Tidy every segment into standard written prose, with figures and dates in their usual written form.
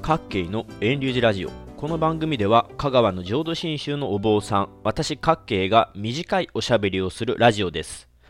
各系の遠流寺ラジオ。この番組では香川の浄土真宗のお坊さん、私各系が短いおしゃべりをするラジオです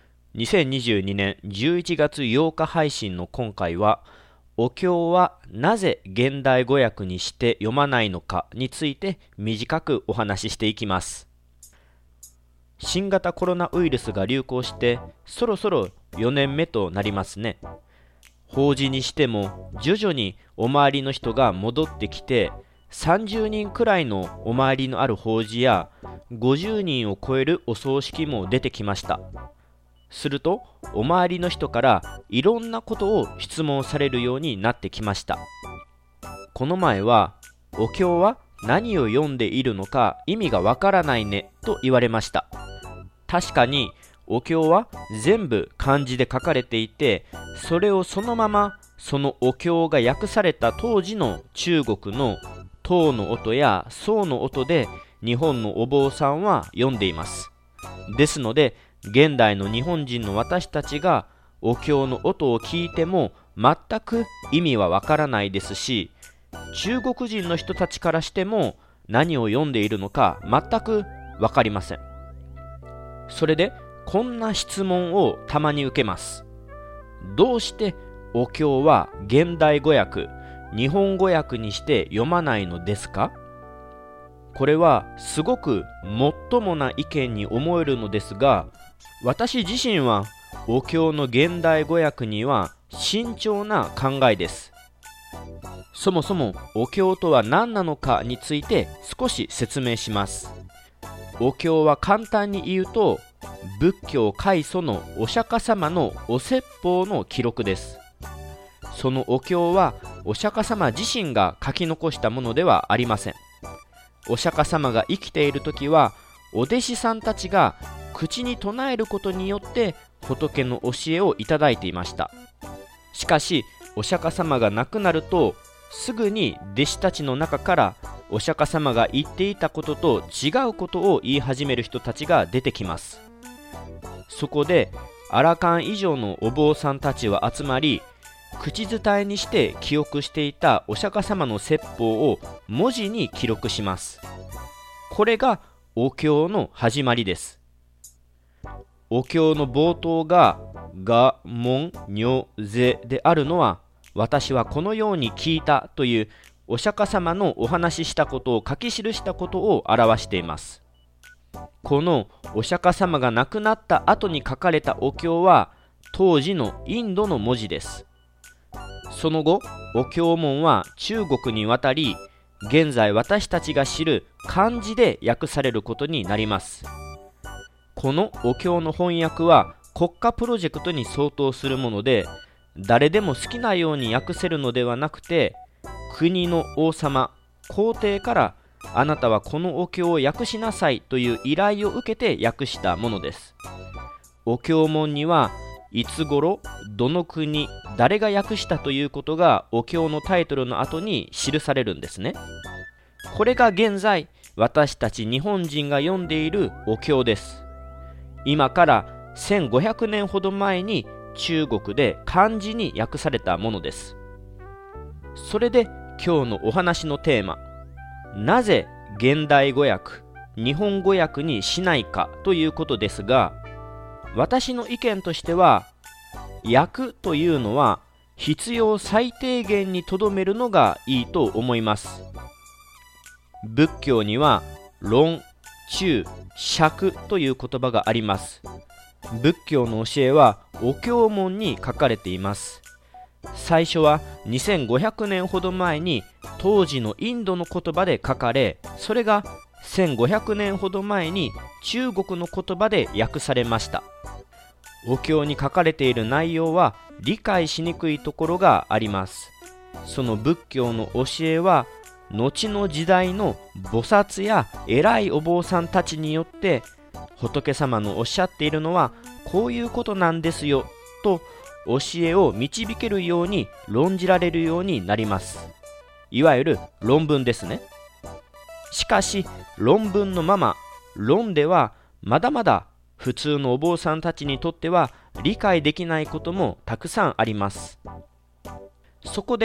。2022年11月8日配信の今回は、お経はなぜ現代語訳にして読まないのかについて短くお話ししていきます。新型コロナウイルスが流行してそろそろ4年目となりますね。法事にしても徐々にお参りの人が戻ってきて、30人くらいのお参りのある法事や50人を超えるお葬式も出てきました。するとお参りの人からいろんなことを質問されるようになってきました。この前はお経は何を読んでいるのか意味がわからないねと言われました。確かにお経は全部漢字で書かれていて、それをそのままそのお経が訳された当時の中国の唐の音や宋の音で日本のお坊さんは読んでいます。ですので現代の日本人の私たちがお経の音を聞いても全く意味はわからないですし、中国人の人たちからしても何を読んでいるのか全くわかりません。それでこんな質問をたまに受けます。どうしてお経は現代語訳、日本語訳にして読まないのですか？これはすごくもっともな意見に思えるのですが、私自身はお経の現代語訳には慎重な考えです。そもそもお経とは何なのかについて少し説明します。お経は簡単に言うと、仏教開祖のお釈迦様のお説法の記録です。そのお経はお釈迦様自身が書き残したものではありません。お釈迦様が生きている時はお弟子さんたちが口に唱えることによって仏の教えをいただいていました。しかしお釈迦様が亡くなると、すぐに弟子たちの中からお釈迦様が言っていたことと違うことを言い始める人たちが出てきます。そこでアラカン以上のお坊さんたちは集まり、口伝えにして記憶していたお釈迦様の説法を文字に記録します。これがお経の始まりです。お経の冒頭がが、もん、にょ、ぜであるのは、私はこのように聞いたというお釈迦様のお話ししたことを書き記したことを表しています。このお釈迦様が亡くなった後に書かれたお経は当時のインドの文字です。その後お経文は中国に渡り、現在私たちが知る漢字で訳されることになります。このお経の翻訳は国家プロジェクトに相当するもので、誰でも好きなように訳せるのではなくて、国の王様、皇帝からあなたはこのお経を訳しなさいという依頼を受けて訳したものです。お経文にはいつ頃、どの国、誰が訳したということがお経のタイトルの後に記されるんですね。これが現在私たち日本人が読んでいるお経です。今から1500年ほど前に中国で漢字に訳されたものです。それで今日のお話のテーマ、なぜ現代語訳、日本語訳にしないかということですが、私の意見としては、訳というのは必要最低限にとどめるのがいいと思います。仏教には論、中、釈という言葉があります。仏教の教えはお経文に書かれています。最初は2500年ほど前に当時のインドの言葉で書かれ、それが1500年ほど前に中国の言葉で訳されました。お経に書かれている内容は理解しにくいところがあります。その仏教の教えは後の時代の菩薩や偉いお坊さんたちによって仏様のおっしゃっているのはこういうことなんですよと教えを導けるように論じられるようになります。いわゆる論文ですね。しかし論文のまま、論ではまだまだ普通のお坊さんたちにとっては理解できないこともたくさんあります。そこで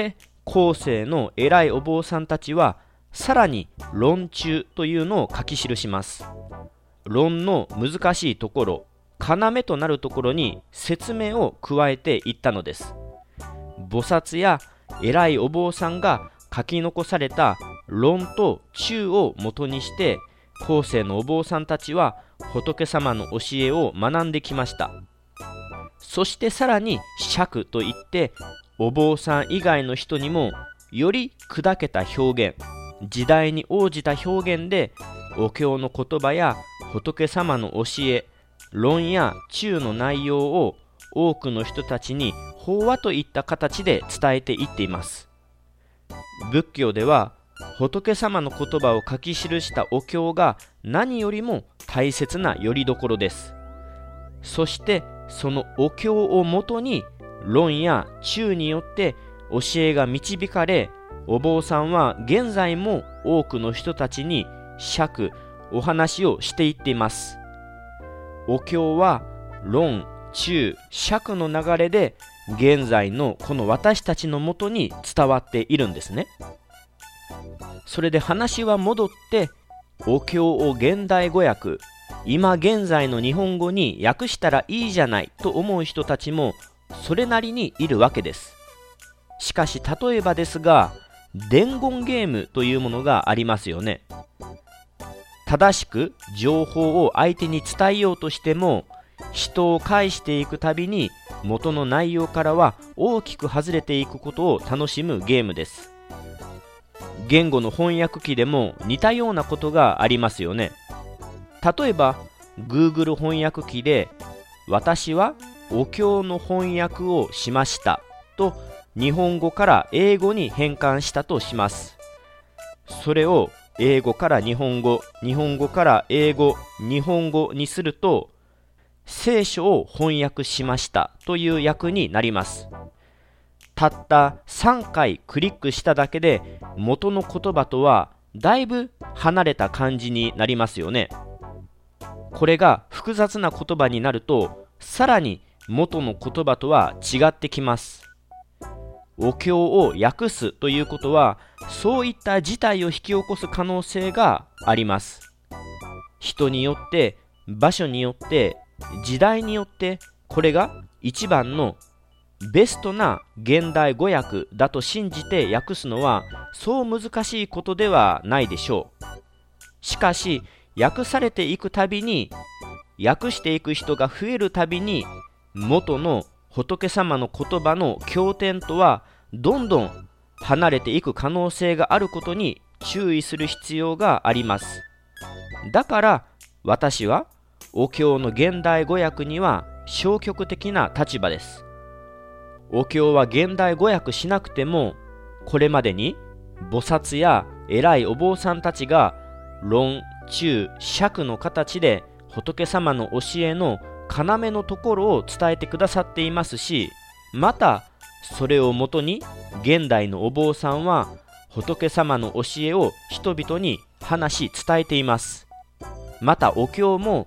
後世の偉いお坊さんたちはさらに論中というのを書き記します。論の難しいところ、要となるところに説明を加えていったのです。菩薩や偉いお坊さんが書き残された論と中を元にして後世のお坊さんたちは仏様の教えを学んできました。そしてさらに釈といってお坊さん以外の人にもより砕けた表現、時代に応じた表現でお経の言葉や仏様の教え、論や中の内容を多くの人たちに法話といった形で伝えていっています。仏教では仏様の言葉を書き記したお経が何よりも大切な拠り所です。そしてそのお経をもとに論や中によって教えが導かれ、お坊さんは現在も多くの人たちに釈、お話をしていっています。お経は論、中、釈の流れで現在のこの私たちのもとに伝わっているんですね。それで話は戻ってお経を現代語訳、今現在の日本語に訳したらいいじゃないと思う人たちもそれなりにいるわけです。しかし例えばですが、伝言ゲームというものがありますよね。正しく情報を相手に伝えようとしても人を介していくたびに元の内容からは大きく外れていくことを楽しむゲームです。言語の翻訳機でも似たようなことがありますよね。例えば Google 翻訳機で私はお経の翻訳をしましたと日本語から英語に変換したとします。それを英語から日本語、日本語から英語、日本語にすると聖書を翻訳しましたという訳になります。たった3回クリックしただけで元の言葉とはだいぶ離れた感じになりますよね。これが複雑な言葉になるとさらに元の言葉とは違ってきます。お経を訳すということはそういった事態を引き起こす可能性があります。人によって、場所によって、時代によってこれが一番のベストな現代語訳だと信じて訳すのはそう難しいことではないでしょう。しかし訳されていくたびに、訳していく人が増えるたびに元の仏様の言葉の経典とはどんどん離れていく可能性があることに注意する必要があります。だから私はお経の現代語訳には消極的な立場です。お経は現代語訳しなくてもこれまでに菩薩や偉いお坊さんたちが論、中、釈の形で仏様の教えの要のところを伝えてくださっていますし、またそれをもとに現代のお坊さんは仏様の教えを人々に話し伝えています。またお経も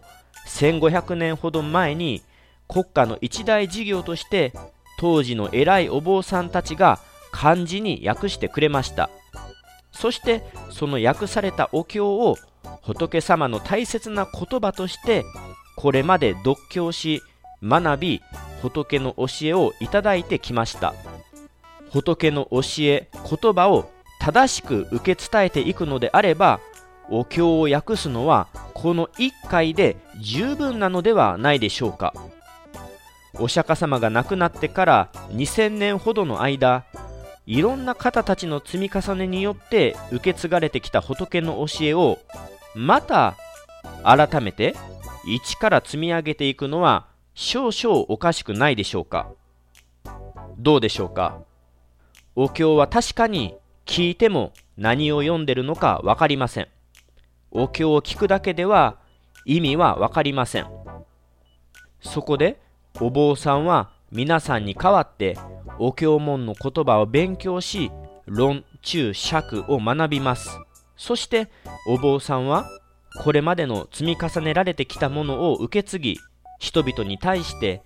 1500年ほど前に国家の一大事業として当時の偉いお坊さんたちが漢字に訳してくれました。そしてその訳されたお経を仏様の大切な言葉としてこれまで読経し学び仏の教えをいただいてきました。仏の教え、言葉を正しく受け伝えていくのであればお経を訳すのはこの1回で十分なのではないでしょうか。お釈迦様が亡くなってから2000年ほどの間、いろんな方たちの積み重ねによって受け継がれてきた仏の教えをまた改めて一から積み上げていくのは少々おかしくないでしょうか。どうでしょうか。お経は確かに聞いても何を読んでるのか分かりません。お経を聞くだけでは意味は分かりません。そこでお坊さんは皆さんに代わってお経文の言葉を勉強し論、中、釈を学びます。そしてお坊さんはこれまでの積み重ねられてきたものを受け継ぎ人々に対して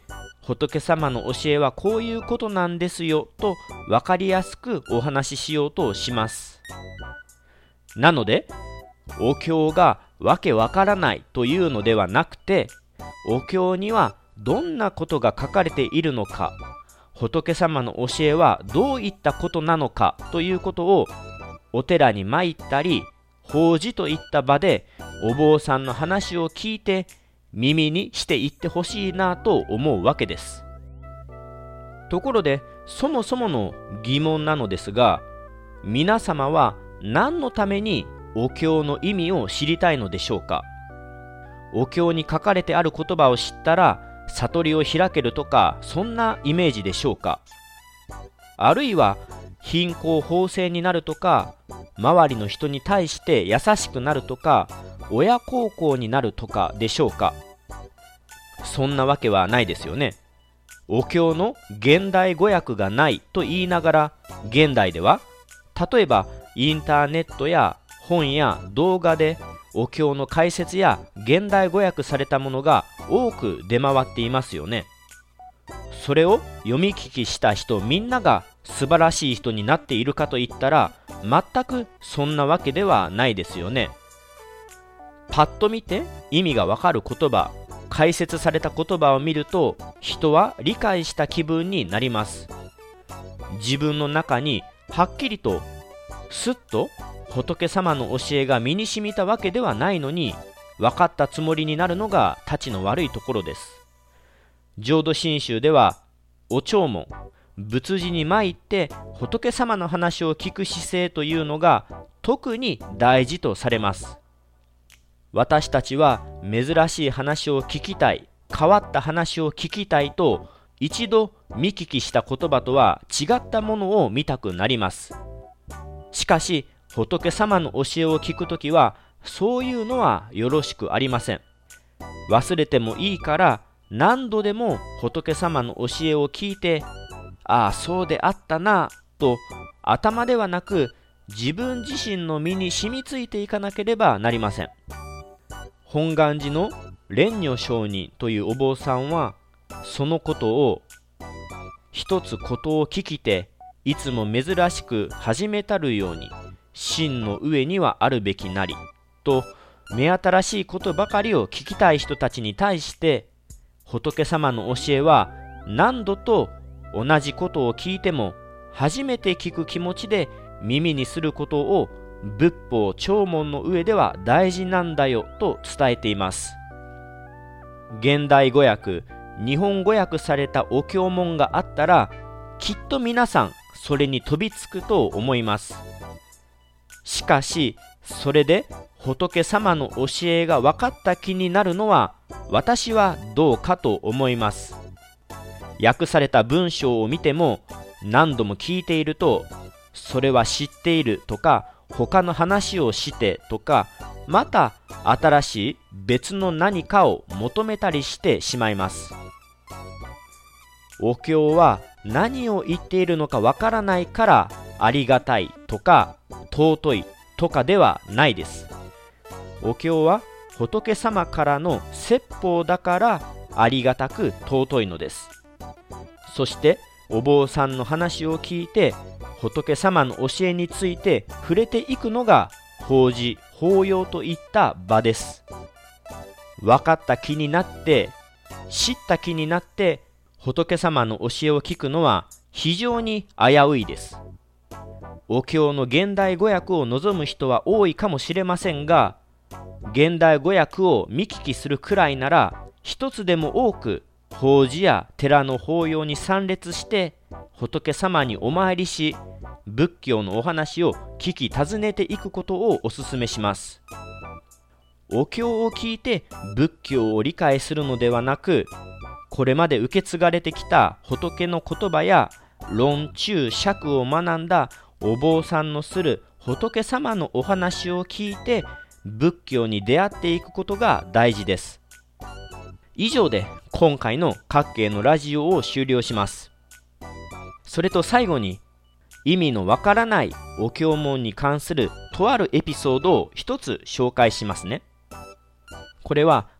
仏様の教えはこういうことなんですよと分かりやすくお話ししようとします。なので、お経がわけわからないというのではなくて、お経にはどんなことが書かれているのか、仏様の教えはどういったことなのかということをお寺に参ったり法事といった場でお坊さんの話を聞いて耳にしていってほしいなと思うわけです。ところで、そもそもの疑問なのですが、皆様は何のためにお経の意味を知りたいのでしょうか。お経に書かれてある言葉を知ったら悟りを開けるとか、そんなイメージでしょうか。あるいは貧困法制になるとか、周りの人に対して優しくなるとか、親孝行になるとかでしょうか。そんなわけはないですよね。お経の現代語訳がないと言いながら、現代では例えばインターネットや本や動画でお経の解説や現代語訳されたものが多く出回っていますよね。それを読み聞きした人みんなが素晴らしい人になっているかといったら、全くそんなわけではないですよね。パッと見て意味がわかる言葉、解説された言葉を見ると、人は理解した気分になります。自分の中にはっきりとすっと仏様の教えが身に染みたわけではないのに、分かったつもりになるのがたちの悪いところです。浄土真宗ではお弔問、仏事に参って仏様の話を聞く姿勢というのが特に大事とされます。私たちは珍しい話を聞きたい、変わった話を聞きたいと、一度見聞きした言葉とは違ったものを見たくなります。しかし仏様の教えを聞くときは、そういうのはよろしくありません。忘れてもいいから何度でも仏様の教えを聞いて、ああそうであったなと頭ではなく自分自身の身に染みついていかなければなりません。本願寺の蓮如上人というお坊さんは、そのことを一つことを聞きていつも珍しく始めたるように真の上にはあるべきなりと、目新しいことばかりを聞きたい人たちに対して、仏様の教えは何度と同じことを聞いても初めて聞く気持ちで耳にすることを仏法弔問の上では大事なんだよと伝えています。現代語訳、日本語訳されたお経文があったら、きっと皆さんそれに飛びつくと思います。しかしそれで仏様の教えが分かった気になるのは、私はどうかと思います。訳された文章を見ても何度も聞いていると、それは知っているとか、他の話をしてとか、また新しい別の何かを求めたりしてしまいます。お経は何を言っているのかわからないからありがたいとか尊いとかではないです。お経は仏様からの説法だからありがたく尊いのです。そしてお坊さんの話を聞いて仏様の教えについて触れていくのが法事法要といった場です。分かった気になって知った気になって仏様の教えを聞くのは非常に危ういです。お経の現代語訳を望む人は多いかもしれませんが、現代語訳を見聞きするくらいなら、一つでも多く法事や寺の法要に参列して仏様にお参りし、仏教のお話を聞き尋ねていくことをお勧めします。お経を聞いて仏教を理解するのではなく、これまで受け継がれてきた仏の言葉や論中釈を学んだお坊さんのする仏様のお話を聞いて仏教に出会っていくことが大事です。以上で今回の各系のラジオを終了します。それと最後に、意味のわからないお経文に関するとあるエピソードを一つ紹介しますね。これは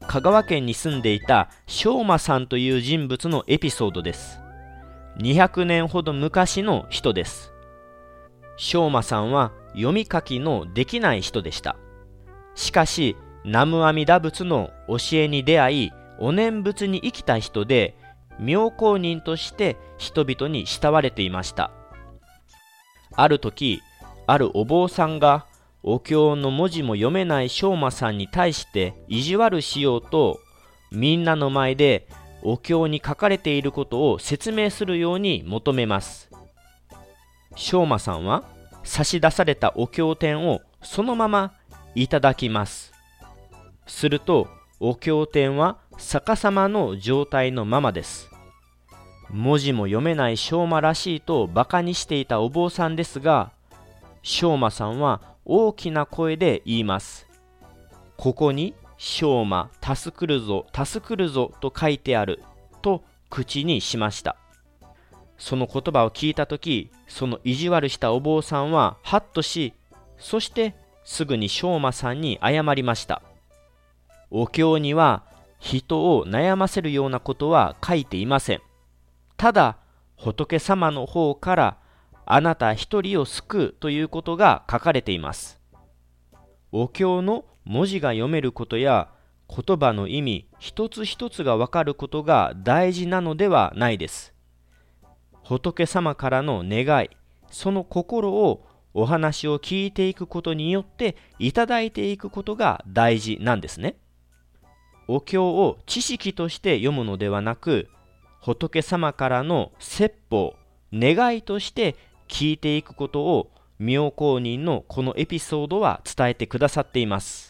香川県に住んでいた昌馬さんという人物のエピソードです。200年ほど昔の人です。昌馬さんは読み書きのできない人でした。しかし南無阿弥陀仏の教えに出会い、お念仏に生きた人で、妙高人として人々に慕われていました。ある時、あるお坊さんがお経の文字も読めない昌馬さんに対して意地悪しようと、みんなの前でお経に書かれていることを説明するように求めます。昌馬さんは差し出されたお経典をそのままいただきます。するとお経典は逆さまの状態のままです。文字も読めない昌馬らしいとバカにしていたお坊さんですが、昌馬さんは大きな声で言います。ここに昌馬助くるぞ助くるぞと書いてあると口にしました。その言葉を聞いたとき、その意地悪したお坊さんはハッとし、そしてすぐに昌馬さんに謝りました。お経には人を悩ませるようなことは書いていません。ただ仏様の方からあなた一人を救うということが書かれています。お経の文字が読めることや言葉の意味一つ一つがわかることが大事なのではないです。仏様からの願い、その心をお話を聞いていくことによっていただいていくことが大事なんですね。お経を知識として読むのではなく、仏様からの説法、願いとして聞いていくことを妙高人のこのエピソードは伝えてくださっています。